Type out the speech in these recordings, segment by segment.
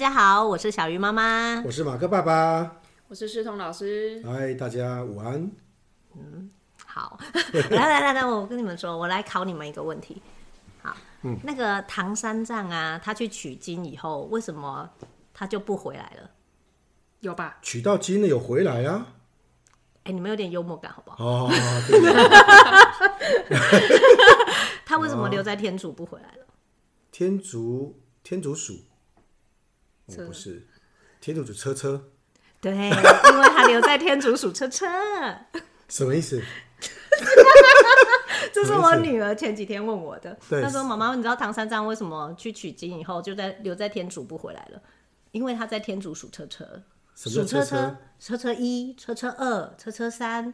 家好，我是小鱼妈妈， 我是马克爸爸， 我是世彤老师。 嗨，大家午安。 好，来，我跟你们说，我来考你们一个问题。好，那个唐三藏啊，他去取经以后，为什么他就不回来了？ 有吧？ 取到经了有回来啊。 你们有点幽默感好不好？ 哦，对。 他为什么留在天竺不回来了？ 天竺鼠，不是天竺鼠车。 对，因为他留在天竺鼠车。 什么意思？ 这是我女儿前几天问我的。 对， 她说：“妈妈，你知道唐三藏为什么去取经以后就留在天竺不回来了？因为他在天竺数车。 什么叫车？ 车1、车2、车3，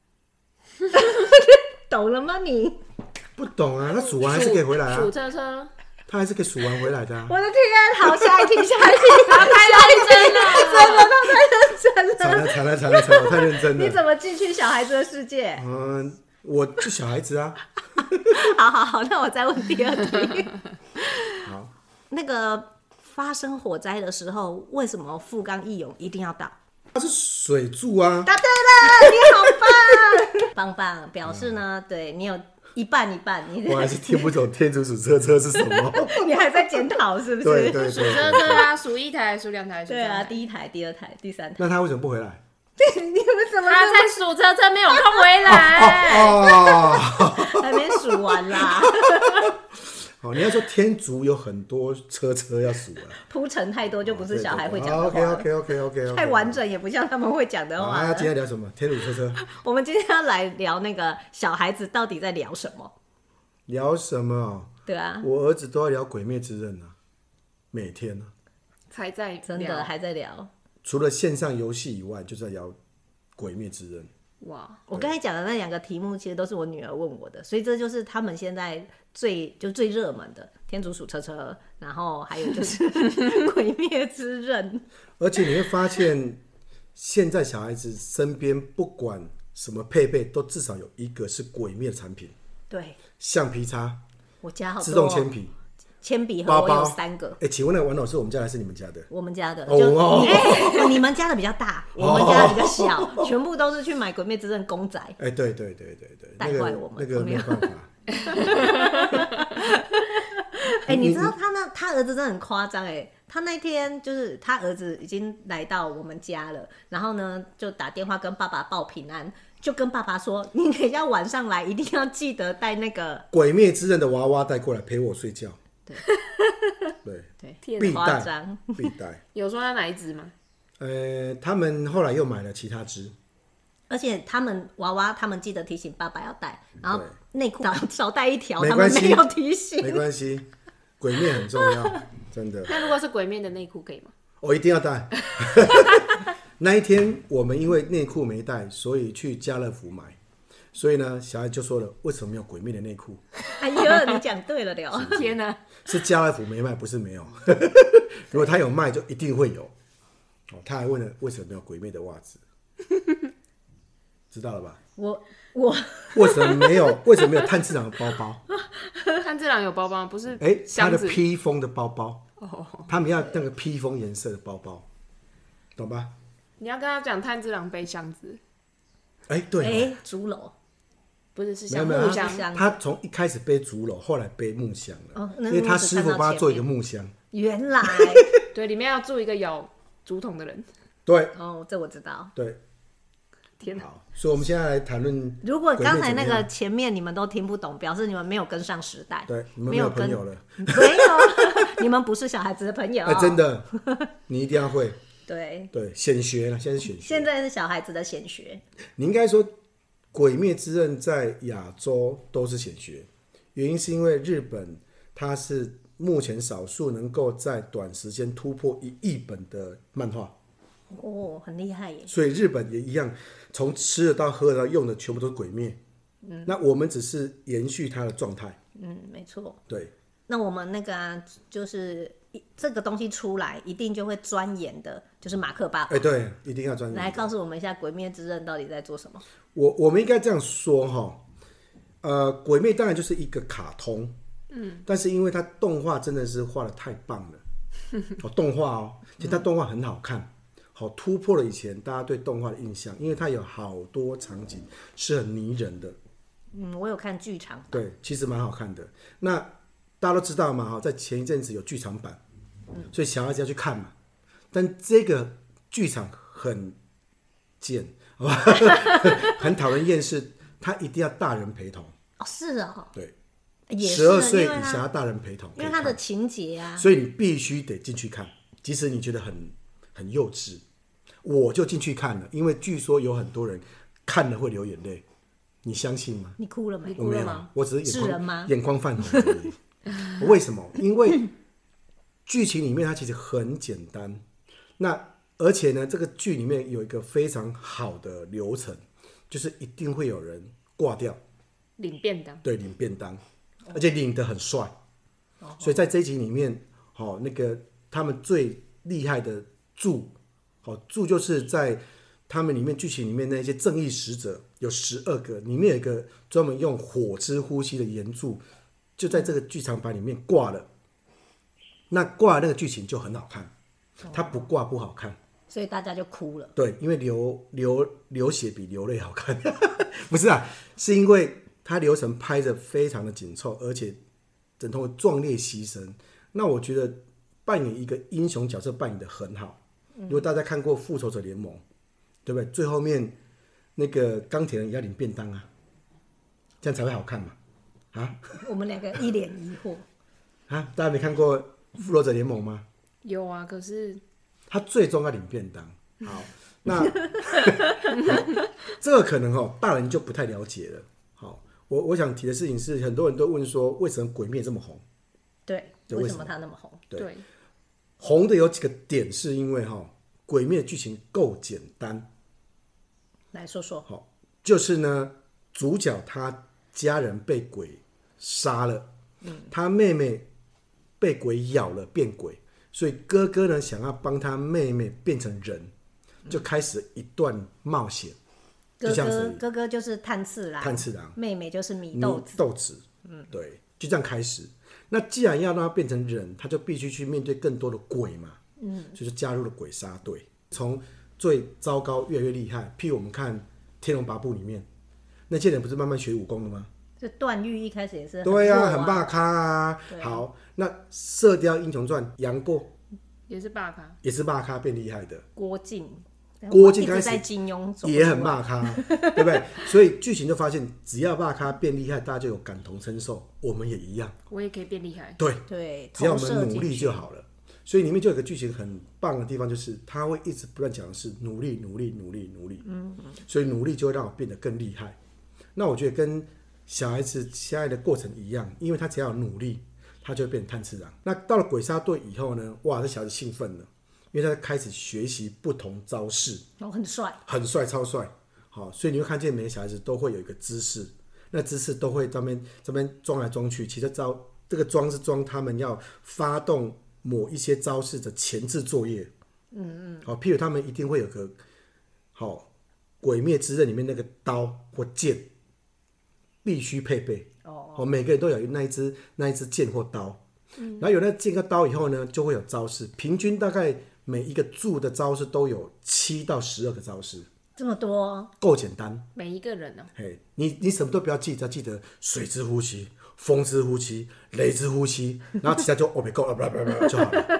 懂了吗你？ 不懂啊，他数完还是可以回来啊。 数车， 他还是可以数完回来的啊。 我的天啊！好，下一题， 他太认真了， 真的，他太认真了。 惨了，我太认真了。 你怎么进去小孩子的世界？ 我是小孩子啊。 好，那我再问第二题。 好， 那个发生火灾的时候，为什么富冈义勇一定要到？ 他是水柱啊。 答对了，你好棒，棒，表示呢，对你有一半。 我还是听不懂天竺鼠车是什么。 你还在检讨是不是？ 对。 数车啊，数1台，数2台， 对啊，第1台、第2台、第3台。 那他为什么不回来？ 你们怎么他在数车，没有空回来。 还没数完啦？ 好，你要说天竺有很多车要数啊， 铺陈太多就不是小孩会讲的话。 OK， 太完整也不像他们会讲的话。 今天聊什么？天竺车。 我们今天要来聊那个小孩子到底在聊什么？ 聊什么？ 对啊， 我儿子都要聊《鬼灭之刃》啊，每天啊， 才在真的还在聊。 除了线上游戏以外，就是在聊《鬼灭之刃》。 哇！ 我刚才讲的那2个题目，其实都是我女儿问我的，所以这就是他们现在最热门的天竺鼠车，然后还有就是《鬼灭之刃》。 而且你会发现，现在小孩子身边不管什么配备，都至少有一个是鬼灭的产品。 对， 橡皮擦， 我家好多自动铅笔。 铅笔盒我有3个。 请问那个玩偶是我们家还是你们家的？ 我们家的。你们家的比较大，我们家的比较小，全部都是去买《鬼灭之刃》公仔。 对， 带坏我们， 那个没有办法。 你知道他儿子真的很夸张他那天就是他儿子已经来到我们家了，然后呢就打电话跟爸爸报平安，就跟爸爸说：“你等一下晚上来，一定要记得带那个《 鬼灭之刃》的娃娃带过来陪我睡觉。” 对， 必夸带张， 必带。 有说要哪一只吗？ 他们后来又买了其他只， 而且他们娃娃，他们记得提醒爸爸要带，然后内裤少带一条，他没关系， 们没有提醒。 没关系，鬼灭很重要，真的。 那如果是鬼面的内裤可以吗？ 我一定要带。那一天我们因为内裤没带，所以去家乐福买。所以呢，小孩就说了，为什么没有鬼灭的内裤？ 哎呦，你讲对了了。 天哪， 是家乐福没卖，不是没有。如果他有卖，就一定会有。他还问了为什么没有鬼灭的袜子，知道了吧？ 我为什么没有？为什么没有炭治郎的包包？ 炭治郎有包包吗？不是他的箱子。 披风的包包。他们要那个披风颜色的包包，懂吧？ 你要跟他讲炭治郎背箱子。 对。 竹篓不是是没有木箱。 他从一开始背竹篓，后来背木箱了， 因为他师傅帮他做一个木箱。 原来对，里面要住一个有竹筒的人。 对。 这我知道。 对。 天哪！ 好，所以我们现在来谈论。 如果刚才那个前面你们都听不懂，表示你们没有跟上时代。 对，你们没有朋友了。 没有，你们不是小孩子的朋友。 真的，你一定要会。 对， 显学了，现在是显学。 现在是小孩子的显学。 你应该说，《鬼灭之刃》在亚洲都是显学，原因是因为日本它是目前少数能够在短时间突破1亿本的漫画。 很厉害耶！ 所以日本也一样，从吃的到喝的到用的全部都是鬼灭。那我们只是延续它的状态。 没错。 对。 那我们那个就是这个东西出来，一定就会钻研的，就是马克爸爸。 对，一定要钻研。 来告诉我们一下《鬼灭之刃》到底在做什么。 我们应该这样说哈，鬼灭当然就是一个卡通，但是因为它动画真的是画的太棒了， 动画哦，其实它动画很好看，好突破了以前大家对动画的印象，因为它有好多场景是很迷人的。 我有看剧场版， 对，其实蛮好看的。那大家都知道嘛，在前一阵子有剧场版，所以小孩子要去看嘛。但这个剧场很贱，很讨人厌，是他一定要大人陪同。 哦，是哦， 对， 也是 12岁以因为下大人陪同， 因为它的情节啊， 所以你必须得进去看，即使你觉得很幼稚，我就进去看了，因为据说有很多人看了会流眼泪，你相信吗？ 你哭了没？ 我没有，我只是是人吗？ 眼眶泛红而已。为什么？因为剧情里面它其实很简单，那而且呢，这个剧里面有一个非常好的流程，就是一定会有人挂掉， 领便当， 对，领便当，而且领得很帅。所以在这一集里面，那个他们最厉害的柱，柱就是在他们里面剧情里面那些正义使者有12个，里面有一个专门用火之呼吸的岩柱，就在这个剧场版里面挂了。那挂的那个剧情就很好看，它不挂不好看， 所以大家就哭了。 对，因为流血比流泪好看，不是啊，是因为它流程拍得非常的紧凑，而且整套壮烈牺牲。那我觉得扮演一个英雄角色扮演得很好。如果大家看过《复仇者联盟》，对不对？最后面那个钢铁人也要领便当啊，这样才会好看嘛。啊？ 我们两个一脸疑惑。 啊，大家没看过《复仇者联盟》吗？ 有啊，可是他最终要领便当。好，那这个可能大人就不太了解了。好，我想提的事情是，很多人都问说，为什么《鬼灭》这么红？ 对，为什么它那么红？ 对，红的有几个点，是因为鬼灭》的剧情够简单。 来说说。 好，就是呢，主角他家人被鬼杀了，他妹妹被鬼咬了变鬼，所以哥哥呢想要帮他妹妹变成人，就开始一段冒险。 哥哥就是炭治郎，妹妹就是米豆子， 对，就这样开始。那既然要让他变成人，他就必须去面对更多的鬼嘛，所以就加入了鬼杀队，从最糟糕越来越厉害。譬如我们看《天龙八部》里面，那些人不是慢慢学武功的吗？ 这段誉一开始也是对啊，很霸咖啊。好，那《射雕英雄传》杨过也是霸咖， 也是霸咖变厉害的。 郭靖开始在金庸也很霸咖，对不对？所以剧情就发现，只要霸咖变厉害，大家就有感同身受。我们也一样， 我也可以变厉害。 对， 只要我们努力就好了。所以里面就有个剧情很棒的地方，就是他会一直不断讲的是努力，努力，努力，努力。所以努力就会让我变得更厉害。那我觉得跟小孩子现在的过程一样，因为他只要有努力，他就会变成炭治郎。那到了鬼杀队以后呢，哇，这小孩子兴奋了，因为他开始学习不同招式， 很帅， 很帅，超帅。好，所以你会看见每个小孩子都会有一个姿势，那姿势都会这边装来装去。其实这个装是装他们要发动某一些招式的前置作业。好，譬如他们一定会有个鬼灭之刃里面那个刀或剑必须配备。每个人都有那一支剑或刀。然后有那剑跟刀以后呢，就会有招式，平均大概每一个柱的招式都有7到12个招式， 这么多， 够简单。 每一个人呢， 你什么都不要记，只要记得水之呼吸、风之呼吸、雷之呼吸，然后其他就不够就好了。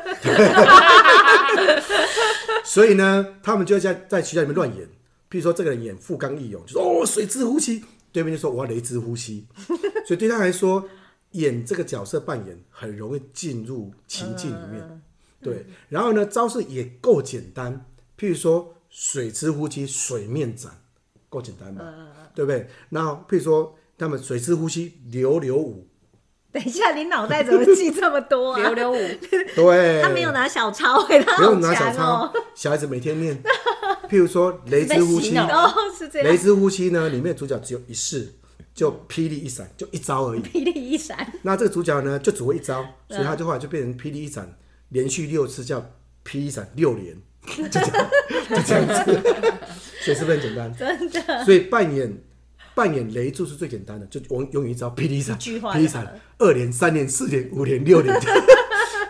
所以呢，他们就会在学校里面乱演，譬如说这个人演富冈义勇，就说水之呼吸，对面就说我要雷之呼吸，所以对他来说，演这个角色扮演很容易进入情境里面。对，然后呢，招式也够简单，譬如说水之呼吸、水面斩，够简单吧？对不对？然后譬如说他们水之呼吸、流舞。 等一下，你脑袋怎么记这么多啊？ 流舞， 对， 他没有拿小抄，他不用拿小抄，小孩子每天念。譬如说雷之呼吸， 是这样。 雷之呼吸呢，里面的主角只有一式，就霹雳一闪，就一招而已。 霹雳一闪。那这个主角呢，就只会一招，所以他就后来就变成霹雳一闪，连续6次叫霹雳一闪6连，就这样子。所以是不是很简单？ 真的。 所以扮演雷柱是最简单的，就永远一招霹雳闪，霹雳闪2连、3连、4连、5连、6连，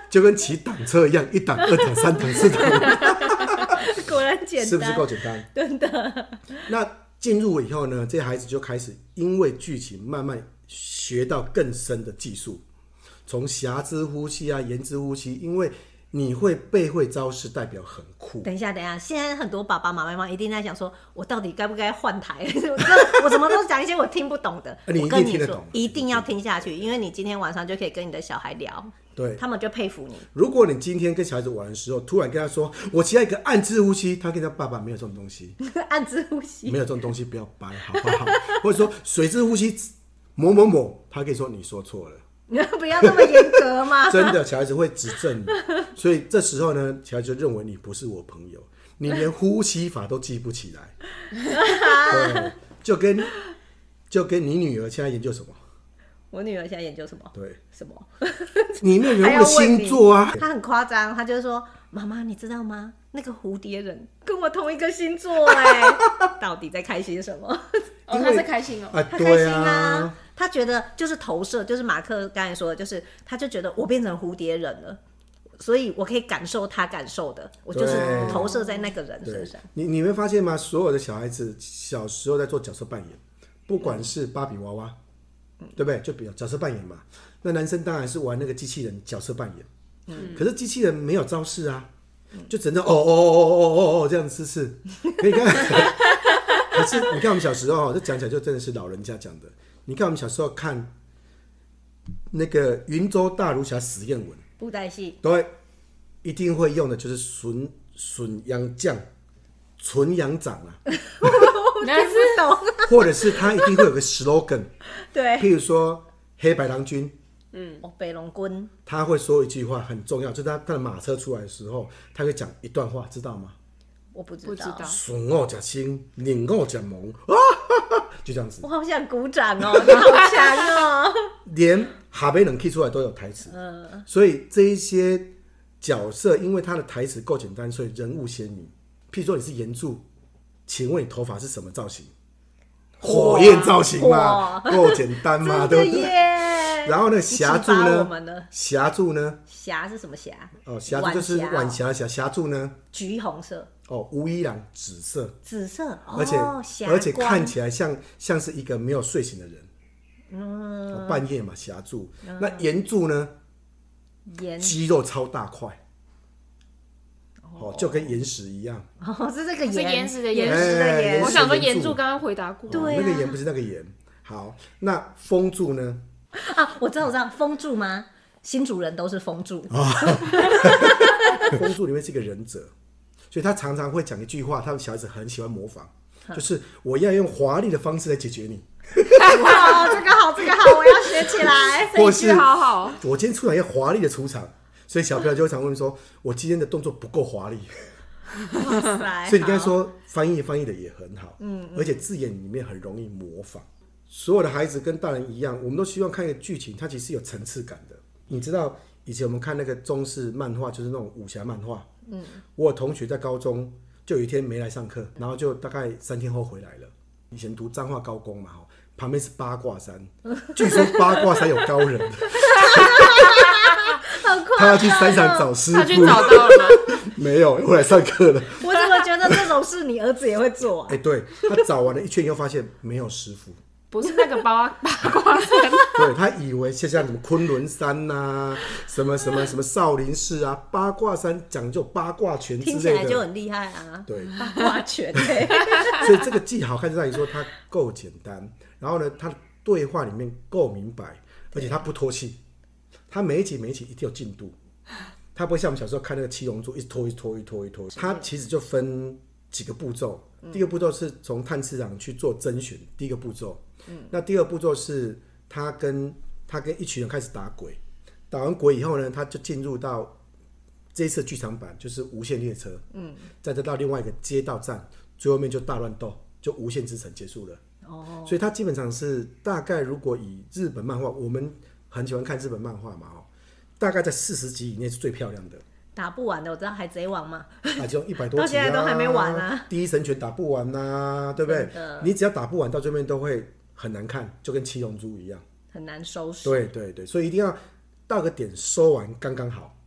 就跟骑挡车一样，1档、2档、3档、4档， 果然简单， 是不是够简单？ 真的。 那进入以后呢，这些孩子就开始因为剧情慢慢学到更深的技术，从狭肢呼吸啊、延肢呼吸，因为你会背会招式，代表很酷。 等一下，现在很多爸爸妈妈一定在想说，我到底该不该换台？我怎么都讲一些我听不懂的。 你一定听得懂， 一定要听下去，因为你今天晚上就可以跟你的小孩聊， 对， 他们就佩服你。 如果你今天跟小孩子玩的时候，突然跟他说我其他一个暗自呼吸，他跟他爸爸没有这种东西， 暗自呼吸没有这种东西，不要掰，好不好？或者说水之呼吸某某某，他可以说你说错了。 你不要那么严格嘛！ 真的，小孩子会指正你，所以这时候呢，小孩子就认为你不是我朋友，你连呼吸法都记不起来。对，就跟你女儿现在研究什么？ 我女儿现在研究什么？ 对， 什么？ 你没有人物的星座啊？ 她很夸张，她就说：“妈妈，你知道吗？那个蝴蝶人跟我同一个星座哎，到底在开心什么？” 哦，他是开心哦， 啊， 他开心啊，他觉得就是投射，就是马克刚才说的，就是他就觉得我变成蝴蝶人了，所以我可以感受他感受的，我就是投射在那个人身上。 你会发现吗？所有的小孩子小时候在做角色扮演，不管是芭比娃娃，对不对？就比较角色扮演嘛。那男生当然是玩那个机器人角色扮演，可是机器人没有招式啊，就只能哦这样姿势，可以看。可是你看我们小时候，这讲起来就真的是老人家讲的。你看我们小时候看那个《云州大儒侠史艳文》 布袋戏， 对，一定会用的就是笋阳将、纯阳掌啊， 我听不懂。 或者是他一定会有个 slogan， 对， 譬如说黑白郎君， 北龙君， 他会说一句话很重要，就是他的马车出来的时候，他会讲一段话，知道吗？ 我不知道。 顺我吃青，拧我吃萌，就这样子。 我好想鼓掌哦，你好强哦！ 连哈贝冷 key 出来都有台词，所以这一些角色，因为他的台词够简单，所以人物鲜明。譬如说你是岩柱，请问你头发是什么造型？火焰造型嘛，够简单嘛，对不对？然后呢，霞柱呢？霞柱呢？ 霞是什么霞？ 哦，霞柱就是晚霞的霞。霞柱呢？ 橘红色。 哦，吴一郎紫色。 紫色， 而且看起来像是一个没有睡醒的人。半夜嘛，霞柱。那岩柱呢？肌肉超大块。哦，就跟岩石一样。 哦，是这个是岩石的岩。 我想说岩柱刚刚回答过。 对啊， 那个岩不是那个岩。好，那风柱呢？ 啊，我知道，风柱吗？新主人都是风柱。 风柱里面是一个忍者，所以他常常会讲一句话，他们小孩子很喜欢模仿，就是我要用华丽的方式来解决你。 哇，这个好，我要学起来。 这一句好好。 我今天出场要华丽的出场，所以小朋友就会常问说，我今天的动作不够华丽。 哇塞！ 所以你刚才说翻译的也很好，而且字眼里面很容易模仿。所有的孩子跟大人一样，我们都希望看一个剧情，它其实有层次感的。你知道以前我们看那个中式漫画，就是那种武侠漫画。我有同学在高中就有一天没来上课，然后就大概3天后回来了。以前读彰化高工嘛，旁边是八卦山，据说八卦山有高人，他要去山上找师傅， 他去找到了吗？ 没有，回来上课了。 我怎么觉得这种事你儿子也会做啊？ 对，他找完了一圈以后发现没有师傅。 不是那个八卦山， 对，他以为像什么昆仑山呐、什么少林寺啊，八卦山讲究八卦拳之类的， 听起来就很厉害啊。 对， 八卦拳所以这个既好看在于说它够简单，然后呢，它的对话里面够明白，而且它不拖戏，它每一集一定有进度，它不会像我们小时候看那个七龙珠一直拖，它其实就分几个步骤。第一个步骤是从炭治郎去做甄选，第一个步骤。那第二步骤是他跟一群人开始打鬼，打完鬼以后呢，他就进入到这一次剧场版，就是无限列车，再到另外一个街道站，最后面就大乱斗，就无限之城结束了。所以他基本上是大概，如果以日本漫画，我们很喜欢看日本漫画嘛，大概在40集以内是最漂亮的。 打不完的，我知道海贼王嘛， 就100多集啊， 到现在都还没完啊。 第一神拳打不完啊，对不对？你只要打不完，到最后面都会很难看，就跟七龙珠一样， 很难收拾。 对，所以一定要到个点收完刚刚好。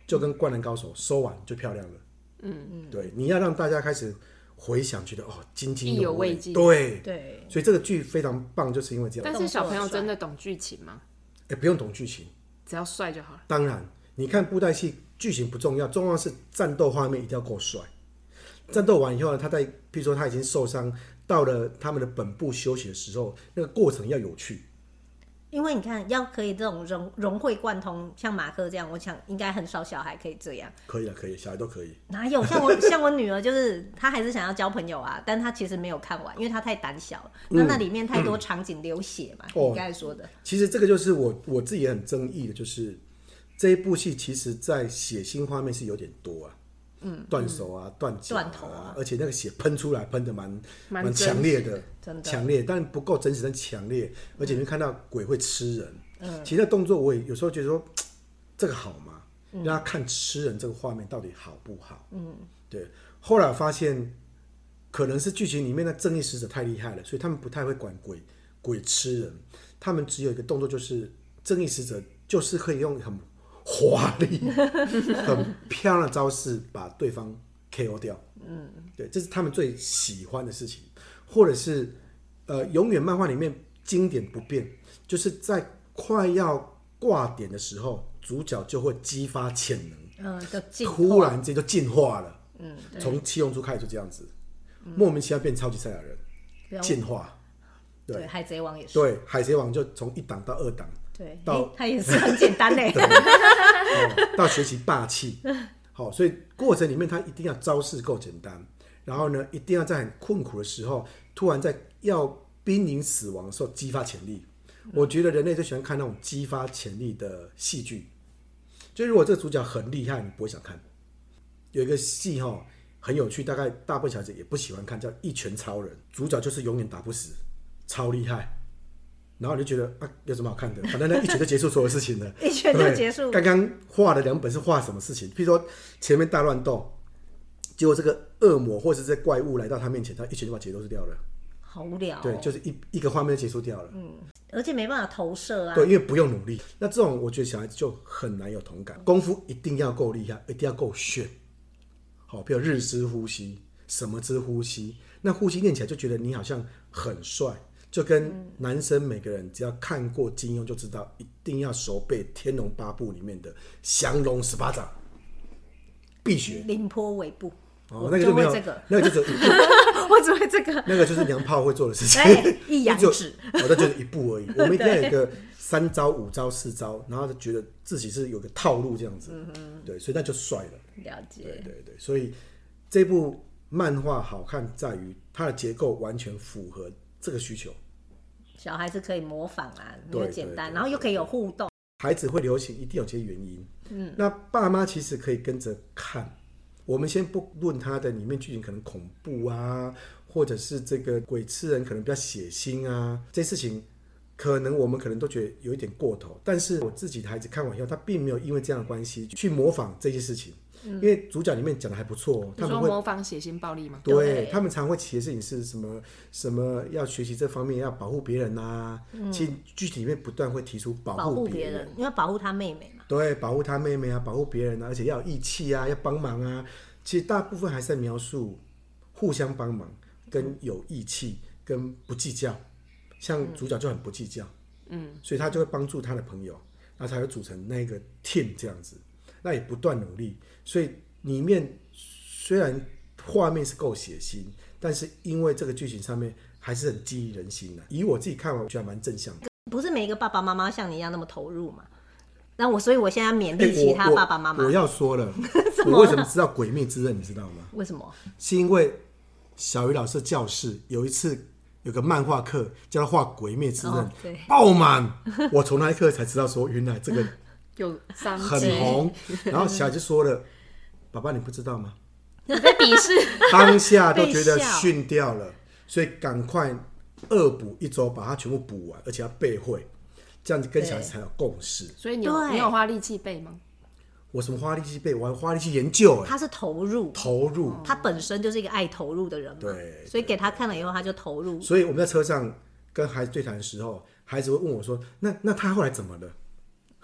就跟灌篮高手收完就漂亮了。对，你要让大家开始回想，觉得津津意犹未尽。 对，所以这个剧非常棒，就是因为这样。 但是小朋友真的懂剧情吗？ 不用懂剧情， 只要帅就好了。 当然，你看布袋戏，剧情不重要，重要是战斗画面一定要够帅。战斗完以后呢，譬如说他已经受伤，到了他们的本部休息的时候，那个过程要有趣。 因为你看，要可以这种融会贯通，像马克这样，我想应该很少小孩可以这样。 可以了，可以，小孩都可以。 哪有像我女儿，就是她还是想要交朋友啊，但她其实没有看完，因为她太胆小了。那里面太多场景流血嘛，你刚才说的。 其实这个就是我自己也很争议的，就是这一部戏其实在血腥画面是有点多啊。断手啊，断脚啊， 断头啊， 而且那个血喷出来，喷的蛮强烈的，强烈，但不够真实，但强烈。而且你会看到鬼会吃人。其实那动作我也有时候觉得说，这个好吗？让他看吃人这个画面到底好不好？对。后来我发现，可能是剧情里面的正义使者太厉害了，所以他们不太会管鬼吃人，他们只有一个动作，就是正义使者就是可以用很华丽、很漂亮的招式把对方 KO 掉。对，这是他们最喜欢的事情，或者是永远漫画里面经典不变，就是在快要挂点的时候，主角就会激发潜能，突然间就进化了。从七龙珠开始就这样子，莫名其妙变超级赛亚人，进化。 对，海贼王也是。 对，海贼王就从1档到2档。 对，它也是很简单嘞。 到学习霸气，好，所以过程里面他一定要招式够简单，然后呢，一定要在很困苦的时候，突然在要濒临死亡的时候激发潜力。我觉得人类最喜欢看那种激发潜力的戏剧，就如果这个主角很厉害，你不会想看。有一个戏很有趣，大概大部分小孩子也不喜欢看，叫《一拳超人》，主角就是永远打不死，超厉害。然后你就觉得有什么好看的？反正那一拳就结束所有事情了， 一拳就结束。 刚刚画的2本是画什么事情？譬如说前面大乱斗，结果这个恶魔或是这怪物来到他面前，他一拳就把节奏掉了， 好无聊。 对，就是一个画面就结束掉了。 而且没办法投射啊。 对，因为不用努力。那这种我觉得小孩子就很难有同感。功夫一定要够厉害，一定要够炫。好，比如日之呼吸，什么之呼吸，那呼吸练起来就觉得你好像很帅。就跟男生每个人只要看过金庸就知道，一定要熟背《天龙八部》里面的降龙18掌，必学。 凌波微步。 那个就没有这个， 那个就只有一步。 我只会这个。 那个就是娘炮会做的事情。 一阳指。 那就是一步而已。我们一定要有一个3招、5招、4招，然后就觉得自己是有个套路这样子。对，所以那就帅了。 了解。 对，所以这部漫画好看在于它的结构完全符合这个需求， 小孩子可以模仿啊，又简单，然后又可以有互动。 孩子会流行一定有些原因。那爸妈其实可以跟着看。我们先不论它的里面剧情可能恐怖啊，或者是这个鬼吃人可能比较血腥啊，这些事情可能我们可能都觉得有一点过头。但是我自己的孩子看完以后，他并没有因为这样的关系去模仿这些事情。因为主角里面讲的还不错， 他们会模仿血腥暴力吗？ 对，他们常会提的事情是什么要学习这方面，要保护别人啊。其实剧情里面不断会提出保护别人， 因为保护他妹妹嘛。 对，保护他妹妹啊，保护别人啊，而且要有义气啊，要帮忙啊。其实大部分还是在描述互相帮忙、跟有义气、跟不计较。像主角就很不计较，所以他就会帮助他的朋友，然后才会组成那个 team 这样子。那也不断努力，所以里面虽然画面是够血腥，但是因为这个剧情上面还是很激励人心的。以我自己看完，我觉得蛮正向的。 不是每一个爸爸妈妈像你一样那么投入嘛？所以我现在勉励其他爸爸妈妈。 我要说了，我为什么知道《鬼灭之刃》，你知道吗？ 为什么？ 是因为小鱼老师的教室有一次有个漫画课，叫他画《鬼灭之刃》，爆满。我从那一刻才知道说，原来这个有商机很红。然后小孩就说了：“爸爸，你不知道吗？” 你在鄙视。 当下都觉得训掉了，所以赶快恶补1周，把它全部补完，而且要背会，这样子跟小孩才有共识。 所以你有花力气背吗？ 我什么花力气背？我还花力气研究。 他是投入，他本身就是一个爱投入的人嘛。 对， 所以给他看了以后，他就投入。 所以我们在车上跟孩子对谈的时候，孩子会问我说：“那他后来怎么了？”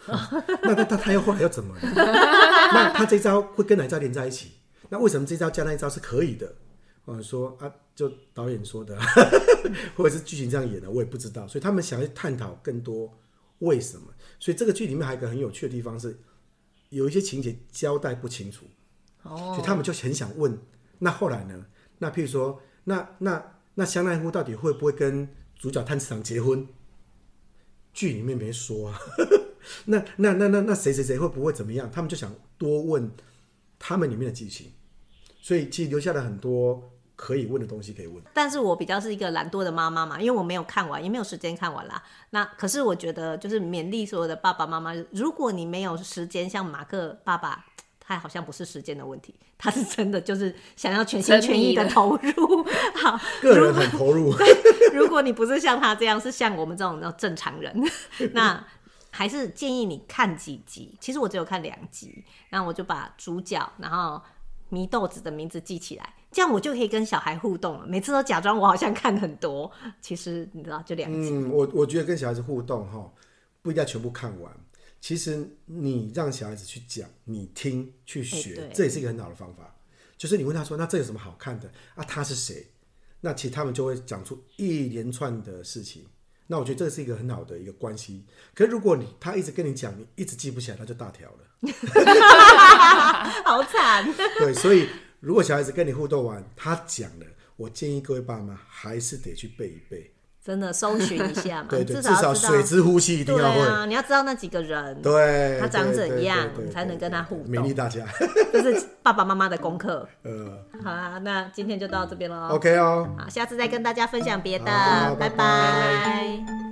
那他又后来又怎么了？那他这招会跟哪一招连在一起？那为什么这招加那一招是可以的？说啊，就导演说的，或者是剧情这样演的，我也不知道。所以他们想要探讨更多为什么。所以这个剧里面还有一个很有趣的地方是，有一些情节交代不清楚，所以他们就很想问，那后来呢？那譬如说，那香奈乎到底会不会跟主角炭治郎结婚？剧里面没说啊。那谁会不会怎么样？他们就想多问他们里面的剧情，所以其实留下了很多可以问的东西可以问。 但是我比较是一个懒惰的妈妈嘛，因为我没有看完，也没有时间看完啦。那可是我觉得就是勉励所有的爸爸妈妈，如果你没有时间，像马克爸爸，他好像不是时间的问题，他是真的就是想要全心全意的投入。好， 个人很投入。 如果你不是像他这样，是像我们这种正常人，那还是建议你看几集。其实我只有看2集，然后我就把主角，然后祢豆子的名字记起来，这样我就可以跟小孩互动了。每次都假装我好像看很多，其实你知道就2集。 我觉得跟小孩子互动不一定要全部看完。其实你让小孩子去讲，你听去学，这也是一个很好的方法。就是你问他说：“那这有什么好看的啊？他是谁？”那其实他们就会讲出一连串的事情。那我觉得这是一个很好的一个关系。可是如果他一直跟你讲，你一直记不起来，那就大条了。 好惨。 对，所以如果小孩子跟你互动完，他讲了，我建议各位爸妈还是得去背一背。 真的搜寻一下嘛， 对， 至少水之呼吸一定要会。 对啊，你要知道那几个人， 对， 他长怎样，你才能跟他互动。 勉励大家， 这是爸爸妈妈的功课。好啊，那今天就到这边咯。 OK 哦， 好，下次再跟大家分享别的，拜拜拜。